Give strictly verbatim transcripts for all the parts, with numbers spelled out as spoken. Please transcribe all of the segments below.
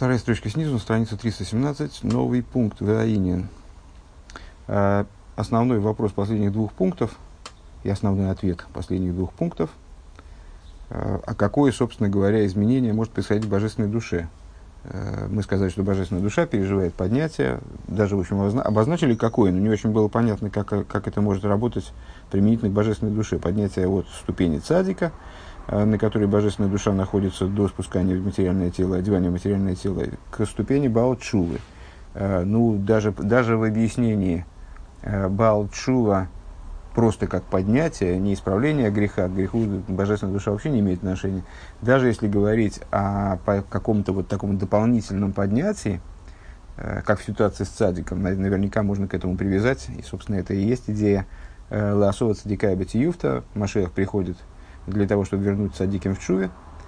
Вторая строчка снизу, страница триста семнадцать, новый пункт Веаинин. Основной вопрос последних двух пунктов и основной ответ последних двух пунктов, а какое, собственно говоря, изменение может происходить в божественной душе. Мы сказали, что божественная душа переживает поднятие, даже, в общем, обозначили какое, но не очень было понятно, как, как это может работать применительно к божественной душе. Поднятие от ступени цадика, на которой божественная душа находится до спускания в материальное тело, одевания в материальное тело, к ступени Баал Тшувы. Ну, даже, даже в объяснении Баал Тшува просто как поднятие, не исправление греха, к греху божественная душа вообще не имеет отношения. Даже если говорить о каком-то вот таком дополнительном поднятии, как в ситуации с цадиком, наверняка можно к этому привязать, и, собственно, это и есть идея Лаасова цадика и батиюфта. Машиах приходит для того, чтобы вернуть цадиким в чуве.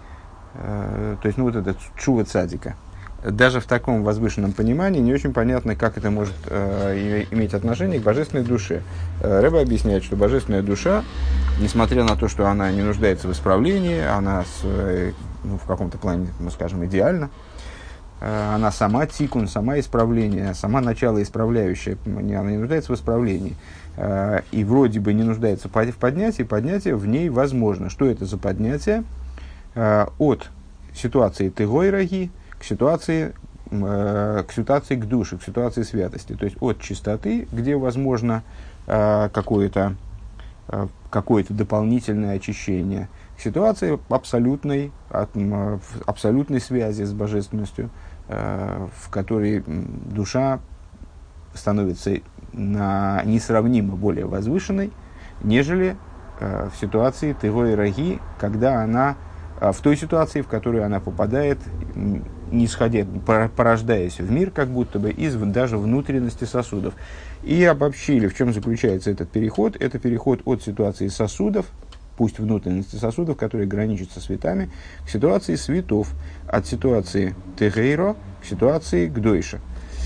То есть, ну, вот это чува цадика. Даже в таком возвышенном понимании не очень понятно, как это может э, иметь отношение к божественной душе. Э, Рэбе объясняет, что божественная душа, несмотря на то, что она не нуждается в исправлении, она с, э, ну, в каком-то плане, мы скажем, идеальна, э, она сама тикун, сама исправление, сама начало исправляющее, она не нуждается в исправлении. Э, и вроде бы не нуждается в поднятии, поднятие в ней возможно. Что это за поднятие? Э, от ситуации тегой раги к ситуации, э, к ситуации к душе, к ситуации святости. То есть от чистоты, где возможно э, какое-то, э, какое-то дополнительное очищение, к ситуации абсолютной, от, э, абсолютной связи с божественностью, э, в которой душа становится на несравнимо более возвышенной, нежели э, в ситуации тегой раги, когда она э, в той ситуации, в которую она попадает, не исходя, порождаясь в мир, как будто бы из даже внутренности сосудов. И обобщили, в чем заключается этот переход. Это переход от ситуации сосудов, пусть внутренности сосудов, которые граничат со светами, к ситуации светов, от ситуации тегейро к ситуации гдойша.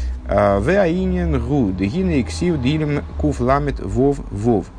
Веаинен гу дегина иксив дилем куф ламет вов вов.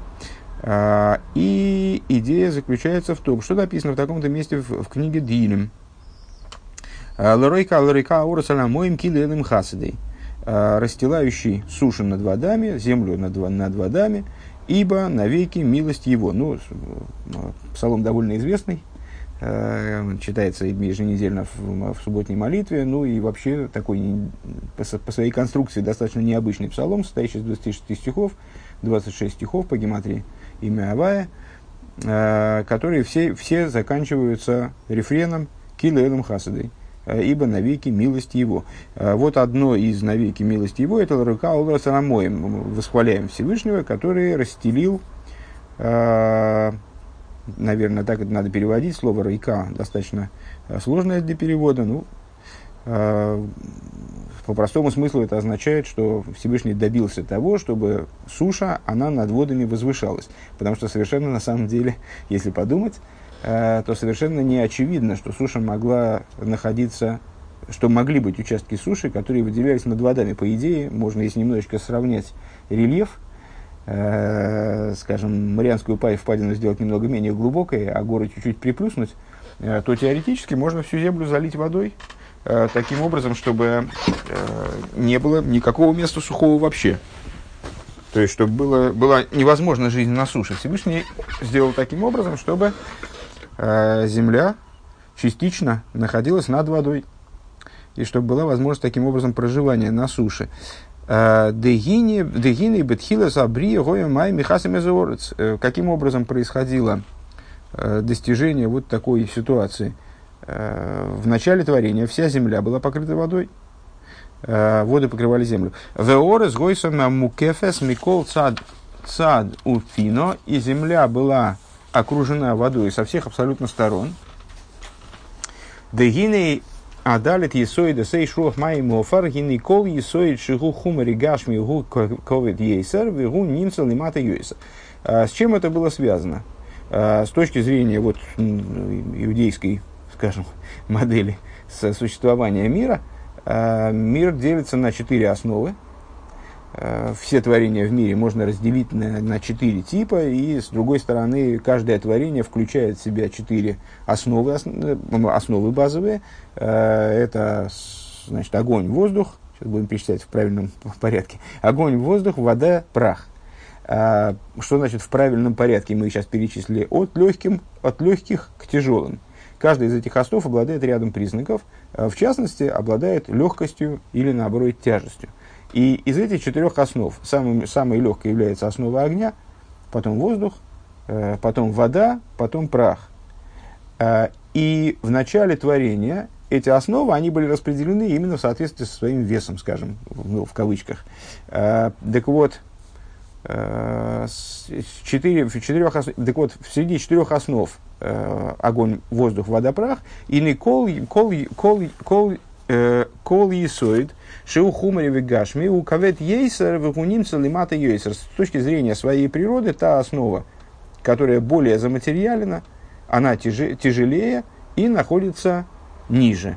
И идея заключается в том, что написано в таком-то месте в, в книге Дилем. Лорейка, лорейка, урасалямоим килелем хасидей, расстилающий сушу над водами, землю над, над водами, ибо навеки милость его. Ну, псалом довольно известный, читается еженедельно в, в субботней молитве, ну и вообще такой по, по своей конструкции достаточно необычный псалом, состоящий из двадцати шести стихов, двадцать шесть стихов по гематрии имя Авая, которые все, все заканчиваются рефреном килелем хасидей, ибо навеки милость его. Вот одно из навеки милости его, это Ларука Олра Саламоем. Восхваляем Всевышнего, который расстелил, наверное, так это надо переводить, слово «райка» достаточно сложное для перевода. Ну, по простому смыслу это означает, что Всевышний добился того, чтобы суша, она над водами возвышалась. Потому что совершенно на самом деле, если подумать, то совершенно не очевидно, что суша могла находиться, что могли быть участки суши, которые выделялись над водами. По идее, можно, если немножечко сравнять рельеф, э, скажем, Марианскую впадину сделать немного менее глубокой, а горы чуть-чуть приплюснуть, э, то теоретически можно всю землю залить водой э, таким образом, чтобы э, не было никакого места сухого вообще. То есть, чтобы было, была невозможна жизнь на суше. Всевышний сделал таким образом, чтобы земля частично находилась над водой, и чтобы была возможность таким образом проживания на суше. Каким образом происходило достижение вот такой ситуации? В начале творения вся земля была покрыта водой, воды покрывали землю. И земля была окружена водой со всех абсолютно сторон. Дегиней адалит есоида сей шуах май мофар гиней кол есоид шигу хумари гашми гу ковид ейсер вегу нимцел лимата юйса. С чем это было связано? С точки зрения вот, иудейской, скажем, модели существования мира, мир делится на четыре основы. Все творения в мире можно разделить на, на четыре типа, и, с другой стороны, каждое творение включает в себя четыре основы, основы базовые. Это значит, огонь, воздух, сейчас будем перечислять в правильном порядке, огонь, воздух, вода, прах. А, что значит в правильном порядке? Мы сейчас перечислили от, легким, от легких к тяжелым. Каждый из этих основ обладает рядом признаков, в частности, обладает легкостью или, наоборот, тяжестью. И из этих четырех основ самым, самой легкой является основа огня, потом воздух, потом вода, потом прах. И в начале творения эти основы, они были распределены именно в соответствии со своим весом, скажем, ну, в кавычках. Так вот, Четыре, в четырех основ, так вот, среди четырех основ э, огонь, воздух, вода, прах, и не кол, кол, кол, кол, кол есоид, шеу хумари вегашми, у кавет ейсер, вегунимца лимата ейсер. С точки зрения своей природы, та основа, которая более заматериалена, она тяже, тяжелее и находится ниже.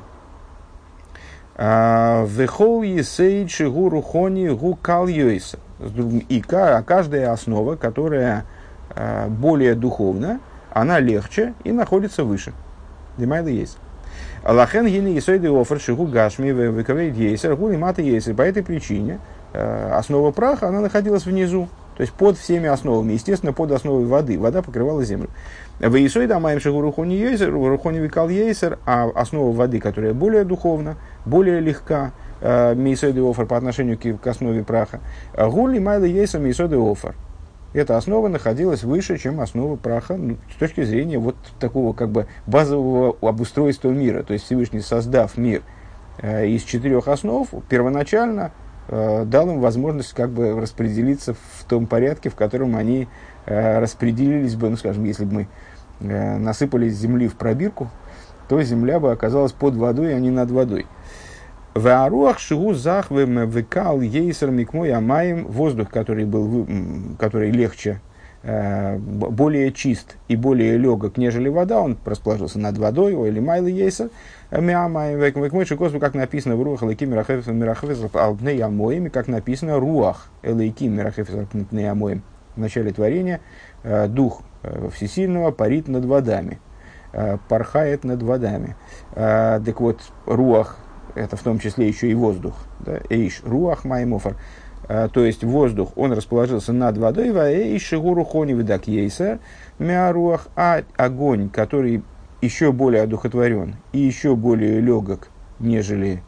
Вехол есейд шигу рухони гу кал ейсер. И каждая основа, которая э, более духовна, она легче и находится выше. Демайда есть. Аллахен гини исойды офер шигу гашми вековейд ейсер гули мата ейсер. По этой причине э, основа праха, она находилась внизу, то есть под всеми основами, естественно, под основой воды. Вода покрывала землю. В исойда маем шигу рухони ейсер, рухони векал ейсер, а основа воды, которая более духовна, более легка, мейсоды офер по отношению к, к основе праха. Гули майла ейса мейсоды офер. Эта основа находилась выше, чем основа праха, ну, с точки зрения вот такого как бы базового обустройства мира. То есть Всевышний, создав мир э, из четырех основ, первоначально э, дал им возможность как бы распределиться в том порядке, в котором они э, распределились бы, ну скажем, если бы мы э, насыпали земли в пробирку, то земля бы оказалась под водой, а не над водой. Вааруах шигу захвем векал ейсер микмой амаем, воздух, который был, который легче, более чист и более легок, нежели вода, он расположился над водой, или майлы ейсер миамаем векмой шикосу, как написано в руах элейки мирахефес мирахефес алпней амоем, как написано руах элейки мирахефес алпней амоем. В начале творения дух всесильного парит над водами, порхает над водами. Так вот, руах, это в том числе еще и воздух. Да? Эйш, руах маймофар. А, то есть воздух, он расположился над водой, ва эйш шигуру хони видак ейсер миаруах, а огонь, который еще более одухотворен и еще более легок, нежели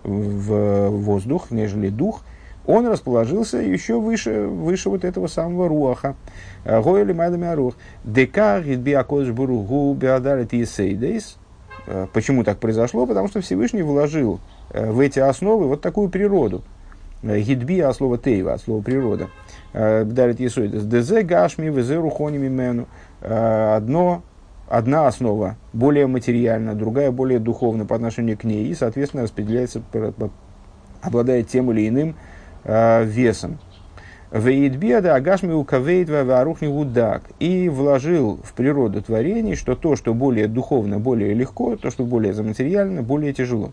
в воздух, нежели дух, он расположился еще выше, выше вот этого самого руаха. Гоэли майда миаруах. Декар гидби акодж буругу биадарит ейсейдейс. Почему так произошло? Потому что Всевышний вложил в эти основы вот такую природу. Гидби от слова тейва, от слова природа. Дарит есойдес. Дезе гашми везе рухони мимену. Одно, одна основа более материальна, другая более духовна по отношению к ней и, соответственно, распределяется, обладает тем или иным весом. Веидбеда агашми укавейдва варухни гудак. И вложил в природу творений, что то, что более духовно, более легко, то, что более заматериально, более тяжело.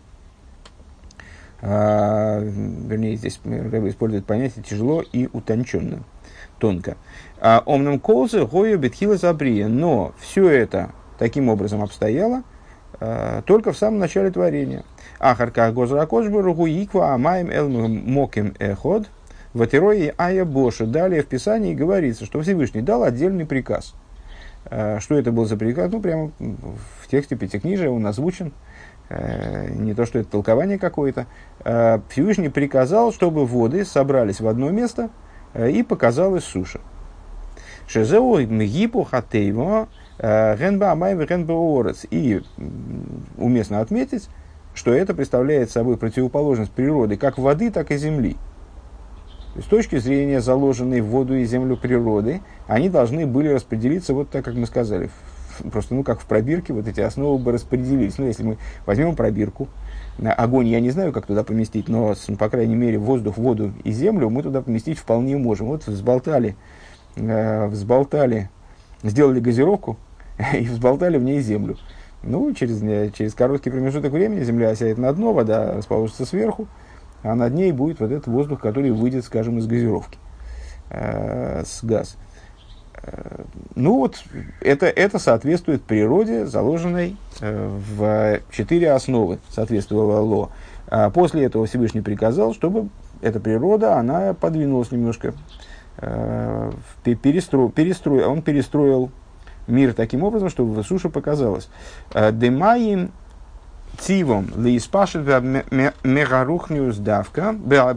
А, вернее, здесь Рэбе использует понятие тяжело и утонченно, тонко. Омнам колзе гою бетхила забрия. Но все это таким образом обстояло а, только в самом начале творения. Ахарка гозракошбу ругу иква амаем эл моким эход. В Атерое Ая Боша. Далее в Писании говорится, что Всевышний дал отдельный приказ. Что это был за приказ? Ну, прямо в тексте Пятикнижия он озвучен. Не то, что это толкование какое-то. Всевышний приказал, чтобы воды собрались в одно место и показалась суша. Шезеу мгипу хатейво генба амайв генба орец. И уместно отметить, что это представляет собой противоположность природы как воды, так и земли. С точки зрения заложенной в воду и землю природы, они должны были распределиться вот так, как мы сказали. Просто, ну, как в пробирке, вот эти основы бы распределились. Ну, если мы возьмем пробирку, огонь я не знаю, как туда поместить, но, по крайней мере, воздух, воду и землю мы туда поместить вполне можем. Вот взболтали, э, взболтали, сделали газировку и взболтали в ней землю. Ну, через, через короткий промежуток времени земля осядет на дно, вода расположится сверху, а над ней будет вот этот воздух, который выйдет, скажем, из газировки, э, с газ. Э, ну вот, это, это соответствует природе, заложенной э, в четыре основы, соответствовало А после этого Всевышний приказал, чтобы эта природа, она подвинулась немножко, э, перестро, перестро, он перестроил мир таким образом, чтобы суша показалась. Демаим цивом лииспашет мегарухниус давка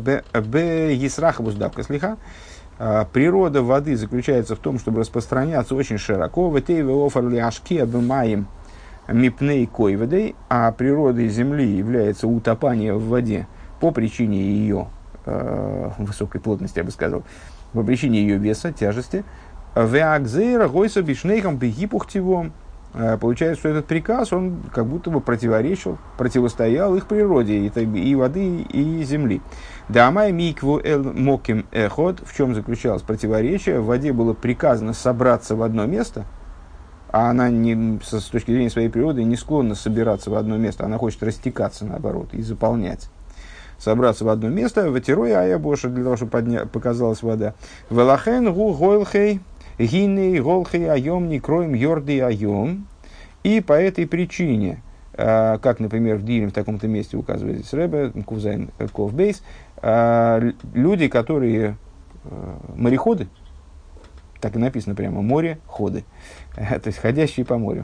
б есрахабус давка слиха. Природа воды заключается в том, чтобы распространяться очень широко. Ветейве офарли ашки бмаим мипней койведей, а природой земли является утопание в воде по причине ее э, высокой плотности, я бы сказал, по причине ее веса, тяжести. Веакзейра гойса бишнейхам бегипухтивом. Получается, что этот приказ, он как будто бы противоречил, противостоял их природе, и, и воды, и земли. Дамай микву эл моким эхот. В чем заключалось противоречие? В воде было приказано собраться в одно место, а она не, с точки зрения своей природы не склонна собираться в одно место, она хочет растекаться, наоборот, и заполнять. Собраться в одно место, ватирой аябоша, для того, чтобы подня... показалась вода. Велахен гу гойлхей гиней голхей айом не кроем йорды айом. И по этой причине, э, как, например, в Дилем в таком-то месте указывает здесь Ребе, Кувзайн Ковбейс, э, люди, которые э, мореходы, так и написано прямо, море, ходы, то есть ходящие по морю.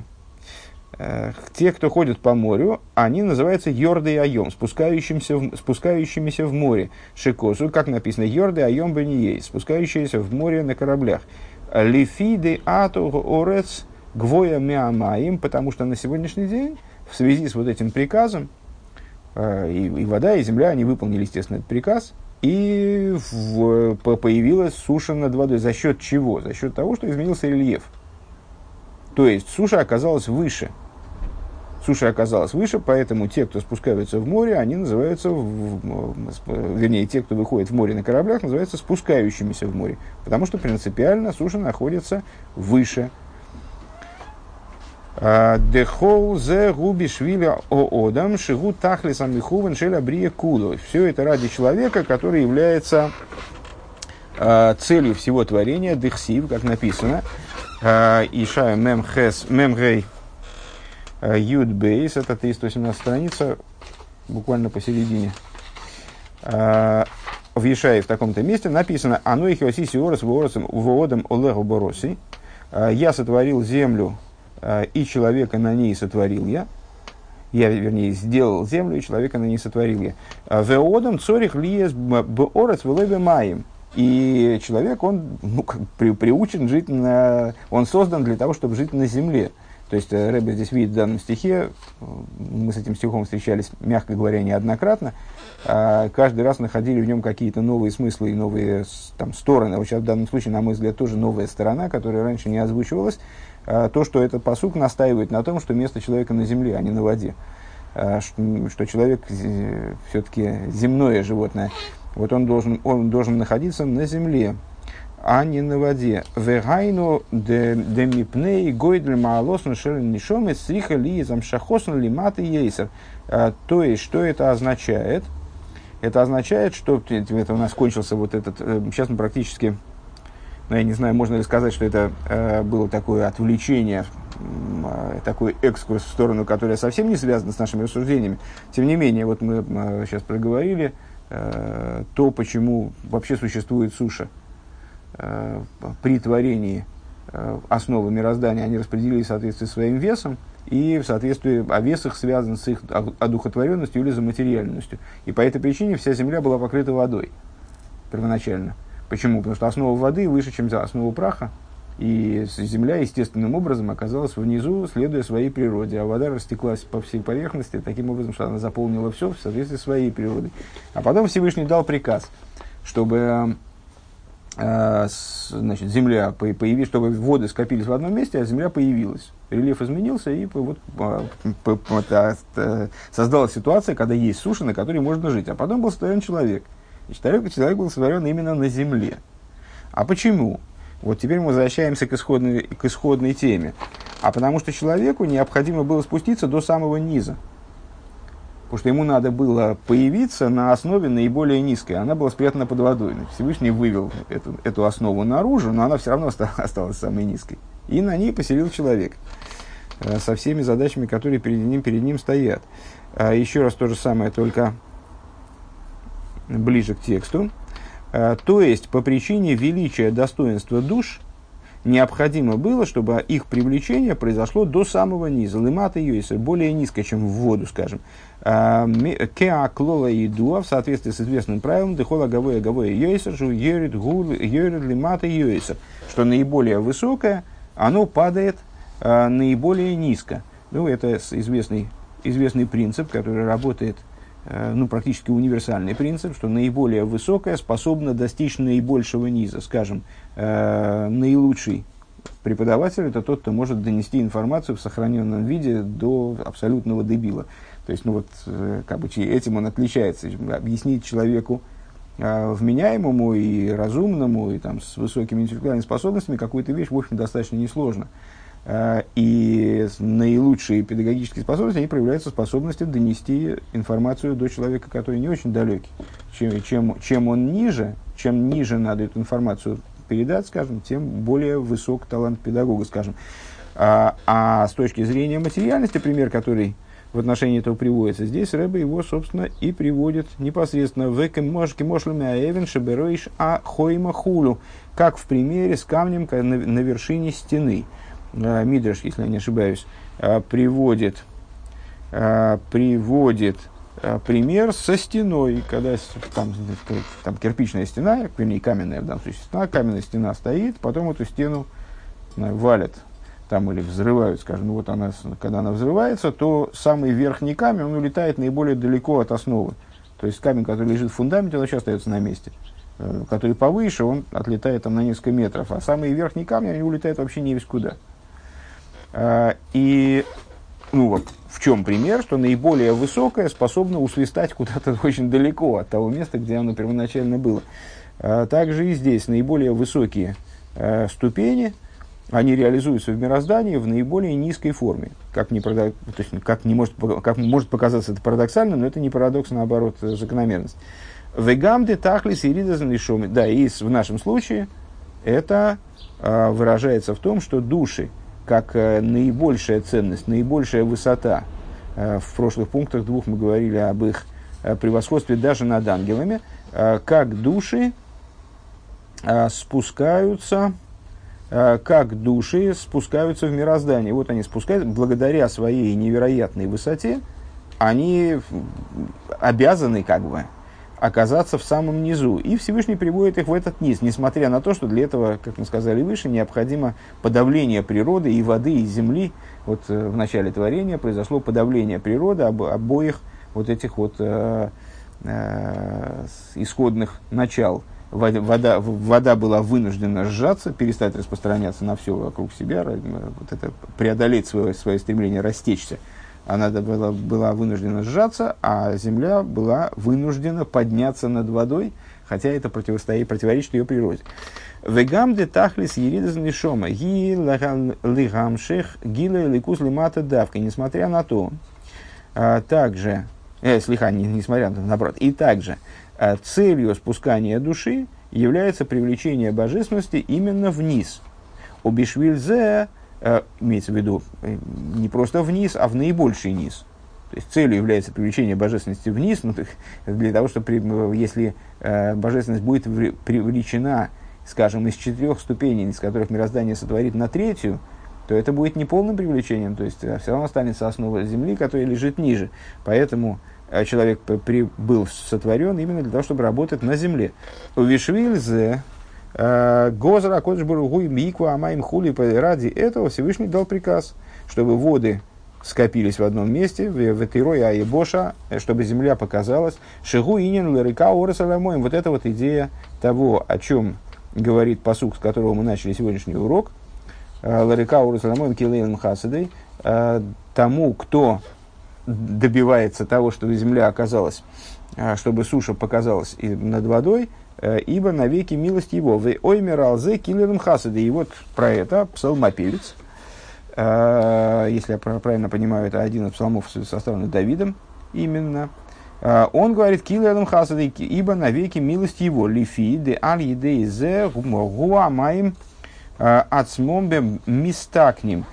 Те, кто ходят по морю, они называются йорды и айом, спускающимися в, спускающимися в море. Шикосу, как написано, йорды айом беньей, спускающиеся в море на кораблях. Лифиды ату орец гвоя миамаим, потому что на сегодняшний день, в связи с вот этим приказом, и, и вода, и земля, они выполнили, естественно, этот приказ, и в, появилась суша над водой. За счет чего? За счет того, что изменился рельеф. То есть суша оказалась выше. Суша оказалась выше, поэтому те, кто спускаются в море, они называются, в, в, вернее, те, кто выходит в море на кораблях, называются спускающимися в море. Потому что принципиально суша находится выше. Дехол зе губи швиля оодам шигу тахлисам михуван шеля брия кулу. Все это ради человека, который является э, целью всего творения, дехсив, как написано. Ишая мем хес мем гей юд бейс, это триста восемнадцатая страница, буквально посередине. В Ишае в таком-то месте написано: «Ану и хиосиси орос вооросом воодам олегу бороси». Я сотворил землю, и человека на ней сотворил я. Я, вернее, сделал землю, и человека на ней сотворил я. «Веодам цорих лиес боорос велебе маим». И человек, он ну, как, при, приучен жить на... Он создан для того, чтобы жить на земле. То есть, Ребе здесь видит в данном стихе, мы с этим стихом встречались, мягко говоря, неоднократно, а каждый раз находили в нем какие-то новые смыслы и новые там, стороны. Вот сейчас в данном случае, на мой взгляд, тоже новая сторона, которая раньше не озвучивалась. А, то, что этот пасук настаивает на том, что место человека на земле, а не на воде. А, что, что человек все-таки земное животное. Вот он должен, он должен находиться на земле, а не на воде. Вегайну демипней гойдль маалосну шелен нишомет сриха ли замшахосну лиматы ейсер. То есть, что это означает? Это означает, что это у нас кончился вот этот... Сейчас мы практически... Ну, я не знаю, можно ли сказать, что это э, было такое отвлечение, э, такой экскурс в сторону, которая совсем не связана с нашими рассуждениями. Тем не менее, вот мы э, сейчас проговорили э, то, почему вообще существует суша. Э, при творении э, основы мироздания они распределились в соответствии с своим весом, и в соответствии, а вес их связан с их одухотворенностью или заматериальностью. И по этой причине вся земля была покрыта водой первоначально. Почему? Потому что основа воды выше, чем основа праха, и земля естественным образом оказалась внизу, следуя своей природе, а вода растеклась по всей поверхности таким образом, что она заполнила все в соответствии с своей природой. А потом Всевышний дал приказ, чтобы э, с, значит, земля появилась, чтобы воды скопились в одном месте, а земля появилась. Рельеф изменился, и вот, э, создалась ситуация, когда есть суша, на которой можно жить. А потом был сотворен человек. И человек, человек был сотворен именно на земле. А почему? Вот теперь мы возвращаемся к исходной, к исходной теме. А потому что человеку необходимо было спуститься до самого низа. Потому что ему надо было появиться на основе наиболее низкой. Она была спрятана под водой. Всевышний вывел эту, эту основу наружу, но она все равно осталась самой низкой. И на ней поселил человек. Со всеми задачами, которые перед ним, перед ним стоят. Еще раз то же самое, только... ближе к тексту. То есть, по причине величия достоинства душ, необходимо было, чтобы их привлечение произошло до самого низа. Лимата йойсер, более низко, чем в воду, скажем. Кеа клола идуа, в соответствии с известным правилом, дехола гавоя гавоя йойсер, жу йорит гул йорит лимата йойсер, что наиболее высокое, оно падает а, наиболее низко. Ну, это известный, известный принцип, который работает, а, ну, практически универсальный принцип, что наиболее высокое способно достичь наибольшего низа. Скажем, а, наилучший преподаватель – это тот, кто может донести информацию в сохраненном виде до абсолютного дебила. То есть, ну вот, как бы этим он отличается. Объяснить человеку э, вменяемому и разумному, и там, с высокими интеллектуальными способностями какую-то вещь, в общем, достаточно несложно. Э, и наилучшие педагогические способности, они проявляются способностью донести информацию до человека, который не очень далекий. Чем, чем, чем он ниже, чем ниже надо эту информацию передать, скажем, тем более высок талант педагога, скажем. А, а с точки зрения материальности, пример, который в отношении этого приводится, здесь Рэбе его, собственно, и приводит непосредственно в а хойма хулу, как в примере с камнем на, на вершине стены. Мидраш, если я не ошибаюсь, приводит, приводит пример со стеной, когда там, там кирпичная стена, вернее каменная в данном случае стена, каменная стена стоит, потом эту стену валят там или взрывают, скажем, ну вот она, когда она взрывается, то самый верхний камень, он улетает наиболее далеко от основы. То есть камень, который лежит в фундаменте, он вообще остается на месте. Который повыше, он отлетает там на несколько метров, а самые верхние камни, они улетают вообще не весь куда. И, ну вот, в чем пример, что наиболее высокое способно усвистать куда-то очень далеко от того места, где оно первоначально было. Также и здесь наиболее высокие ступени, они реализуются в мироздании в наиболее низкой форме. Как, не, то есть, как, не может, как может показаться это парадоксально, но это не парадокс, а наоборот, закономерность. Вегамде тахлис и ридазанишоми. Да, и в нашем случае это а, выражается в том, что души, как а, наибольшая ценность, наибольшая высота, а, в прошлых пунктах двух мы говорили об их а, превосходстве даже над ангелами, а, как души а, спускаются... как души спускаются в мироздание. Вот они спускаются, благодаря своей невероятной высоте, они обязаны как бы оказаться в самом низу. И Всевышний приводит их в этот низ, несмотря на то, что для этого, как мы сказали выше, необходимо подавление природы и воды, и земли. Вот э, в начале творения произошло подавление природы об, обоих вот этих вот э, э, исходных начал. Вода, вода была вынуждена сжаться, перестать распространяться на все вокруг себя, вот это, преодолеть свое, свое стремление растечься. Она была, была вынуждена сжаться, а земля была вынуждена подняться над водой, хотя это противостоит, противоречит ее природе. Вегамде тахлис еридас нишома ги лигамшех гила ликус лимата давка. Несмотря на то, а, также, э, слиха, не, несмотря на то, наоборот, и также целью спускания души является привлечение божественности именно вниз. Обишвильзе, э, имеется в виду не просто вниз, а в наибольший низ. То есть целью является привлечение божественности вниз, ну, для того, чтобы если э, божественность будет привлечена, скажем, из четырех ступеней, из которых мироздание сотворит, на третью, то это будет не полным привлечением, то есть все равно останется основа земли, которая лежит ниже. Поэтому человек при, был сотворен именно для того, чтобы работать на земле. Увишвильзе гозра кодж баругу и миква амаим хули. Ради этого Всевышний дал приказ, чтобы воды скопились в одном месте, в Этирой Аебоша, чтобы земля показалась. Шигу инин ларика оресаламоем. Вот это вот идея того, о чем говорит пасук, с которого мы начали сегодняшний урок. Ларика оресаламоем килейлем хасадой. Тому, кто добивается того, чтобы земля оказалась, чтобы суша показалась и над водой, ибо навеки милость его. Вы оймер алзе киллером хасады. И вот про это псалмопевец, если я правильно понимаю, это один из псалмов составленный Давидом именно, он говорит киллером хасады, ибо навеки милость его. Лифи де аль едей зе гуамаим ацмомбе мистакним.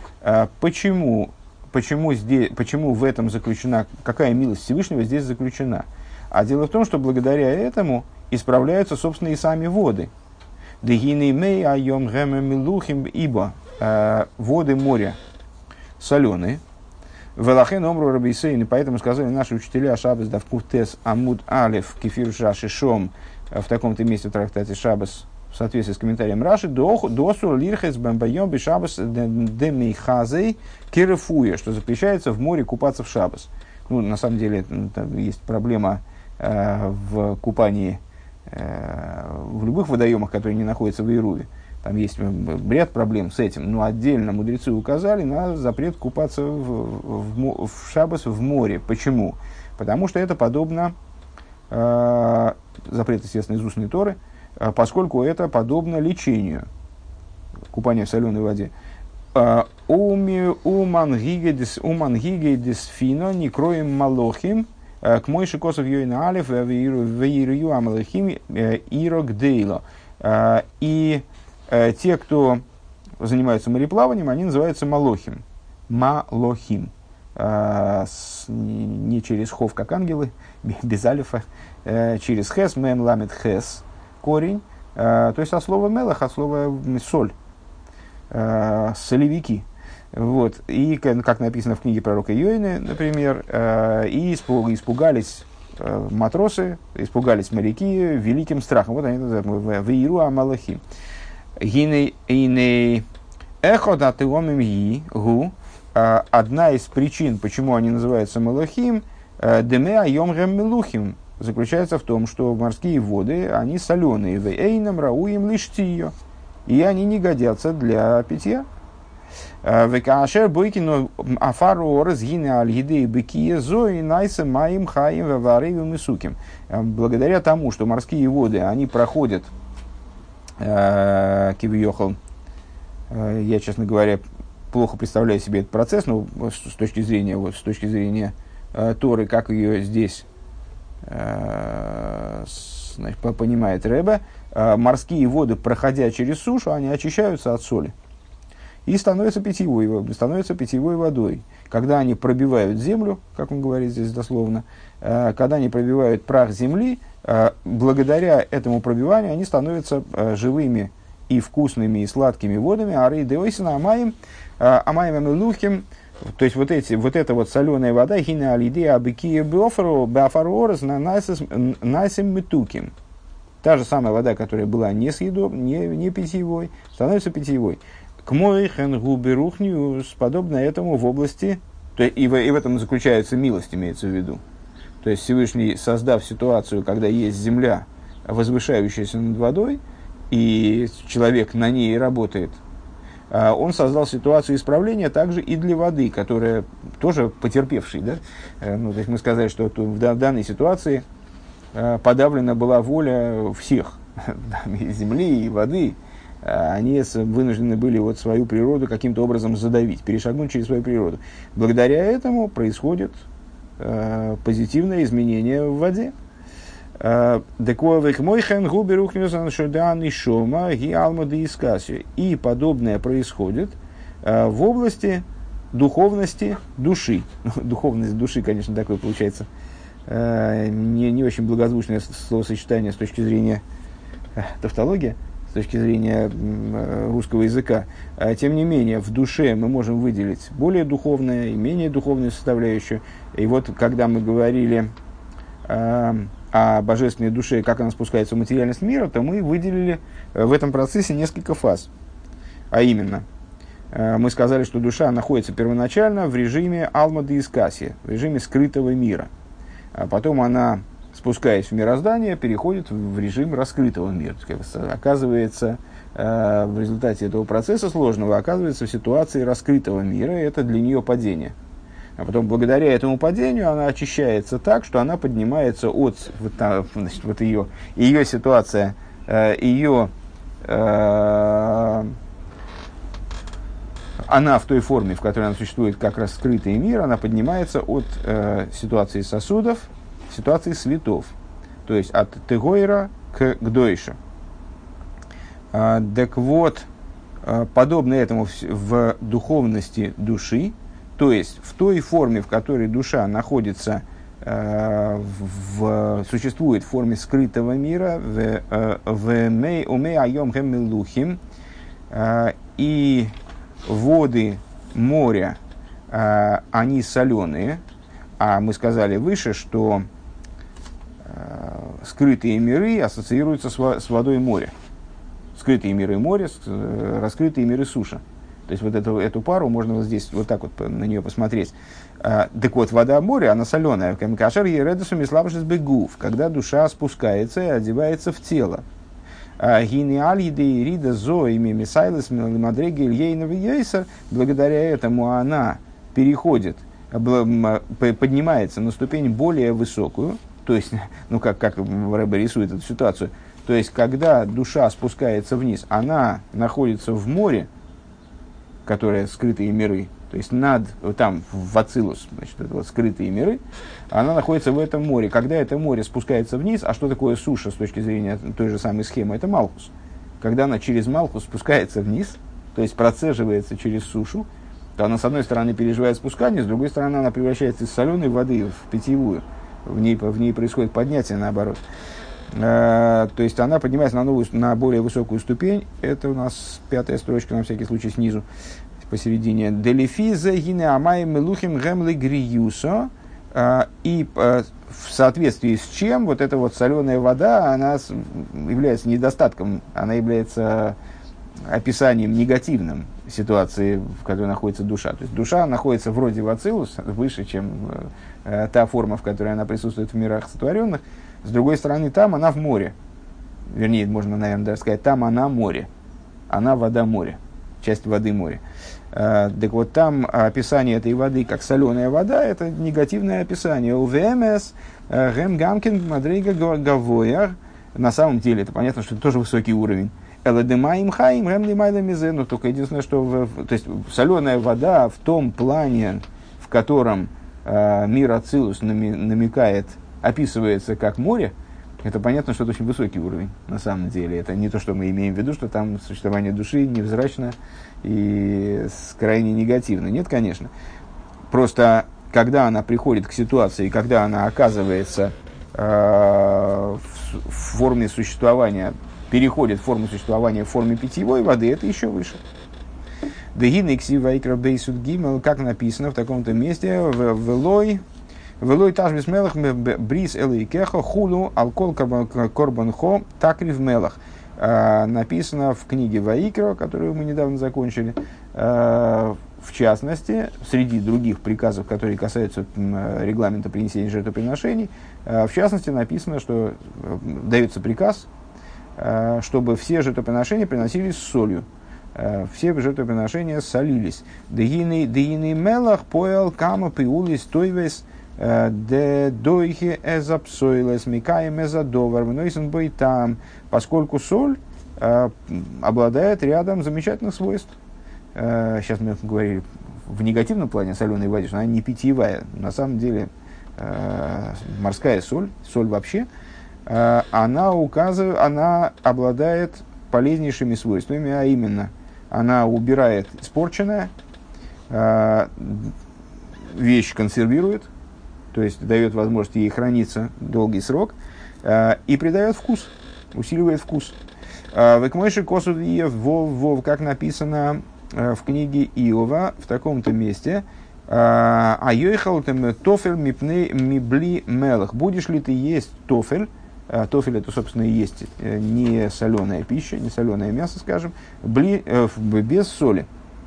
Почему Почему, здесь, почему в этом заключена, какая милость Всевышнего здесь заключена? А дело в том, что благодаря этому исправляются, собственно, и сами воды. Воды моря соленые. Велахен омру рабисейн, поэтому сказали наши учителя Шабас давкув тес амуд алев кефир шаши шом в таком-то месте в трактате Шабас в соответствии с комментарием Раши досу лирхес бамбайом би Шабас демейхазей кирефуя, что запрещается в море купаться в Шабас. Ну, на самом деле там есть проблема э, в купании э, в любых водоемах, которые не находятся в Ируве. Там есть ряд проблем с этим, но отдельно мудрецы указали на запрет купаться в, в, в Шабас в море. Почему? Потому что это подобно, э, запрет, естественно, из устной Торы, э, поскольку это подобно лечению, купание в соленой воде. Умангиге дисфино не кроем малохим к мойши косов йойна алиф веирую амалахим ирок дейла. И те, кто занимаются мореплаванием, они называются малохим. Малохим. Не через хов, как ангелы, без алифа, через хес, мем ламет хес, корень. То есть от слова мелах, от слова соль. Солевики. Вот. И, как написано в книге пророка Йойны, например, и испугались матросы, испугались моряки великим страхом. Вот они называют «Веиру амалахим». Одна из причин, почему они называются малахим, «Демеа йомгем мелухим», заключается в том, что морские воды, они соленые, «Вейнам рауим лиштиё», и они не годятся для питья. Векашер бойкино афару разгина аль-едей бекие зои найса маим хаим ваваревым и суким. Благодаря тому, что морские воды, они проходят кивьехал, я, честно говоря, плохо представляю себе этот процесс, но с точки зрения, вот, с точки зрения Торы, как ее здесь значит, понимает Ребе, морские воды, проходя через сушу, они очищаются от соли и становятся питьевой, становятся питьевой водой. Когда они пробивают землю, как он говорит здесь дословно, когда они пробивают прах земли, благодаря этому пробиванию они становятся живыми и вкусными и сладкими водами. Ары деойсина амаим, амаим амилухим, то есть вот, эти, вот эта вот соленая вода, хина алидея абикия беофару беофаруорес найсим метуким. Та же самая вода, которая была не съедобной, не, не питьевой, становится питьевой. К мойхен губерухниус, подобно этому в области, то есть и, в, и в этом заключается милость, имеется в виду. То есть Всевышний, создав ситуацию, когда есть земля, возвышающаяся над водой, и человек на ней работает, он создал ситуацию исправления также и для воды, которая тоже потерпевшей. Да? Ну, то есть мы сказали, что в данной ситуации подавлена была воля всех, и земли, и воды. Они вынуждены были вот свою природу каким-то образом задавить, перешагнуть через свою природу. Благодаря этому происходит э, позитивное изменение в воде. И подобное происходит э, в области духовности души. Духовность души, конечно, такое получается э, не, не очень благозвучное словосочетание с точки зрения э, тавтологии, с точки зрения русского языка. Тем не менее, в душе мы можем выделить более духовное и менее духовную составляющую. И вот, когда мы говорили э, о божественной душе, как она спускается в материальность мира, то мы выделили в этом процессе несколько фаз. А именно, э, мы сказали, что душа находится первоначально в режиме алма-де искаси, в режиме скрытого мира. А потом она, спускаясь в мироздание, переходит в режим раскрытого мира. Оказывается, э, в результате этого процесса сложного, оказывается в ситуации раскрытого мира, и это для нее падение. А потом, благодаря этому падению, она очищается так, что она поднимается от, вот, значит, вот ее, ее ситуация, э, ее, э, она в той форме, в которой она существует как раскрытый мир, она поднимается от э, ситуации сосудов, ситуации светов, то есть от тегойра к гдойше. А, так вот, подобно этому в, в духовности души, то есть в той форме, в которой душа находится э, в, существует в форме скрытого мира, в мей умей айом хеммелухим, и воды моря, э, они соленые, а мы сказали выше, что э, скрытые миры ассоциируются с, во, с водой моря. Скрытые миры моря, с, э, раскрытые миры суша. То есть вот эту, эту пару можно вот здесь вот так вот на нее посмотреть. Э, так вот, вода моря, она соленая. Когда душа спускается и одевается в тело. Благодаря этому она переходит, поднимается на ступень более высокую, то есть, ну как, как Рэбе рисует эту ситуацию, то есть, когда душа спускается вниз, она находится в море, которое скрытые миры, то есть над, там, в Ацилус, значит, это вот скрытые миры, она находится в этом море. Когда это море спускается вниз, а что такое суша с точки зрения той же самой схемы? Это Малхус. Когда она через Малхус спускается вниз, то есть процеживается через сушу, то она, с одной стороны, переживает спускание, с другой стороны, она превращается из соленой воды в питьевую. В ней, в ней происходит поднятие, наоборот. Э, то есть она поднимается на, новую, на более высокую ступень. Это у нас пятая строчка, на всякий случай, снизу. Посередине. Делифиза гине амай мелухим гемли гриюсо. И в соответствии с чем вот эта вот соленая вода, она является недостатком, она является описанием негативным ситуации, в которой находится душа. То есть душа находится вроде в Ацилус, выше, чем э, та форма, в которой она присутствует в мирах сотворенных. С другой стороны, там она в море. Вернее, можно, наверное, даже сказать, там она море. Она вода моря. Часть воды моря. Uh, так вот, там описание этой воды как соленая вода, это негативное описание. У ВМС Гэм Гамкин Мадрейга Гавояр. На самом деле, это понятно, что это тоже высокий уровень. Эладемаим Хаим Гэм Лимайла Мизе. Но только единственное, что в, то есть, соленая вода в том плане, в котором uh, мир Ацилус намекает, описывается как море, это понятно, что это очень высокий уровень, на самом деле. Это не то, что мы имеем в виду, что там существование души невзрачно и крайне негативно. Нет, конечно. Просто, когда она приходит к ситуации, когда она оказывается э, в, в форме существования, переходит в форму существования в форме питьевой воды, это еще выше. Как написано в таком-то месте, в Элой, Велой тажбис мелах бриз элейкеха хулу алкол корбанхо такрив мелах. Написано в книге Ваикро, которую мы недавно закончили, в частности, среди других приказов, которые касаются регламента принесения жертвоприношений, в частности, написано, что дается приказ, чтобы все жертвоприношения приносились с солью. Все жертвоприношения солились. Дегины мелах поэл кама пиулис тойвес де дойхи эзапсойлес микаем эзадовар вносен бой там, поскольку соль э, обладает рядом замечательных свойств. Э, сейчас мы говорили в негативном плане соленой воде, что она не питьевая. На самом деле э, морская соль, соль вообще, э, она указывает, она обладает полезнейшими свойствами, а именно она убирает испорченное, э, вещь консервирует, то есть дает возможность ей храниться долгий срок, э, и придает вкус, усиливает вкус. Векмойши косу вов, как написано э, в книге Иова, в таком-то месте, а йойхал тем тофель мипней мибли мелах. Будешь ли ты есть тофель? А, тофель это, собственно, и есть э, не соленая пища, не соленое мясо, скажем, бли, э, без соли.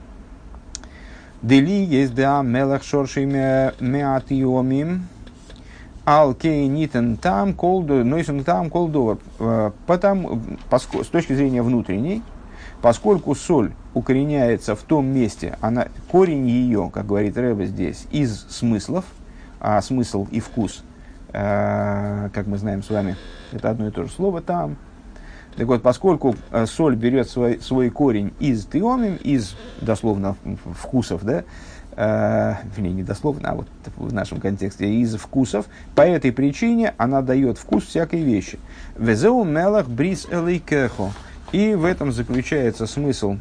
Дели есть да мелах шорши меатиомим алкейнитен там колду нойсен там колдовар. Потому, с точки зрения внутренней, поскольку соль укореняется в том месте, она, корень ее, как говорит Ребе здесь, из смыслов, а смысл и вкус, э, как мы знаем с вами, это одно и то же слово там. Так вот, поскольку э, соль берет свой, свой корень из теомим, из, дословно, вкусов, да, э, вернее, не дословно, а вот в нашем контексте, из вкусов, по этой причине она дает вкус всякой вещи. Везеу мелах брис элейкехо. И в этом заключается смысл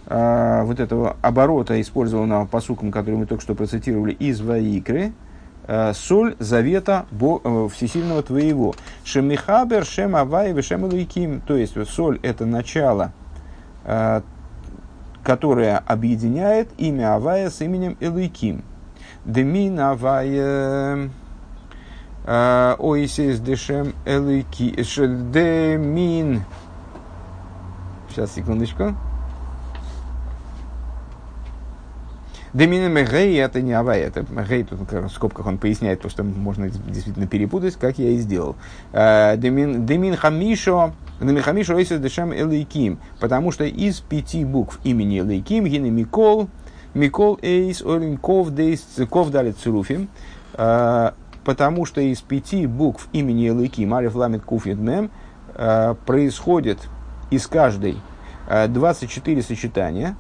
э, вот этого оборота, использованного пасуком, который мы только что процитировали, из Ваикры, соль завета всесильного твоего. Шемихабер, шем авай, вешем элейким. То есть, вот, соль – это начало, которое объединяет имя Авая с именем Элейким. Демин Авая Оисис Дешем Элейки. Демин. Сейчас, секундочку. Демин Мегей это не Авай, это Мегей, тут в скобках он поясняет, потому что можно действительно перепутать, как я и сделал. Демин Хамишо, Демин Хамишо Оисис Дешем Элейким, потому что из пяти букв имени Элейким, Гины Микол, Микол Эйс, Олин Ков Дейс, Ков Далит Цуруфим, потому что из пяти букв имени Элейким, Алиф Ламит Куф Йод Мем, происходит из каждой двадцать четыре сочетания.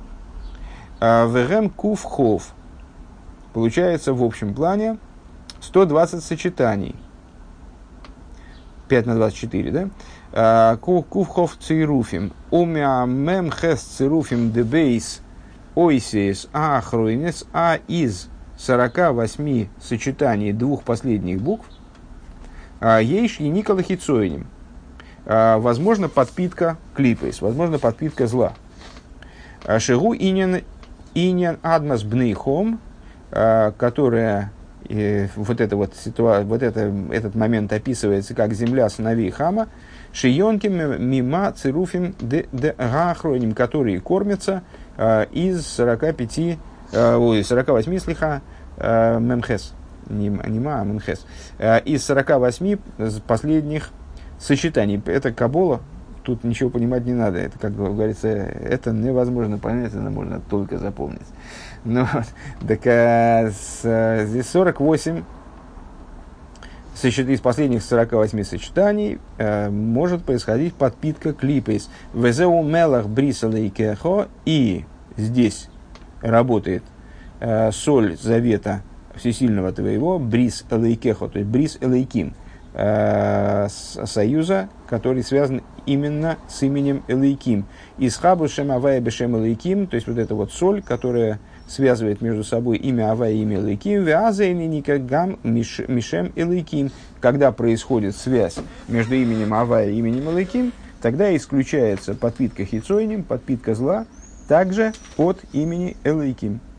Вегем Куф Хов. Получается в общем плане сто двадцать сочетаний. пять на двадцать четыре, да? Куф Хов Цируфим. Умя Мем Хес Цируфим Дебейс Ойсис Ахруинес. А из сорока восьми сочетаний двух последних букв Ейш и Никола Хицоиним. Возможно подпитка клипейс, возможно подпитка зла. Шигу инин инин адмас бнейхом, которая вот это вот ситуация, вот это, этот момент описывается как земля сыновей Хама, шионким мима цируфим де гахроним, которые кормятся из сорока пяти, ой, сорока восьми слиха мемхес, не ма, а мемхес, из сорока восьми последних сочетаний. Это Кабола, тут ничего понимать не надо. Это, как говорится, это невозможно понять, это можно только запомнить. Ну, так, а, с, здесь сорок восемь из последних сорока восьми сочетаний а, может происходить подпитка клипейс. Везеу мелах брис элейкехо, и здесь работает а, соль завета всесильного твоего, брис элейкехо, то есть брис элейким, союза, который связан именно с именем Элейким. Из хабу шем авая бешем Элейким, то есть вот эта вот соль, которая связывает между собой имя Авая и имя Элейким, веазейниника гам мишем Элейким. Когда происходит связь между именем Авая и именем Элейким, тогда исключается подпитка хицойним, подпитка зла, также от имени Элейким.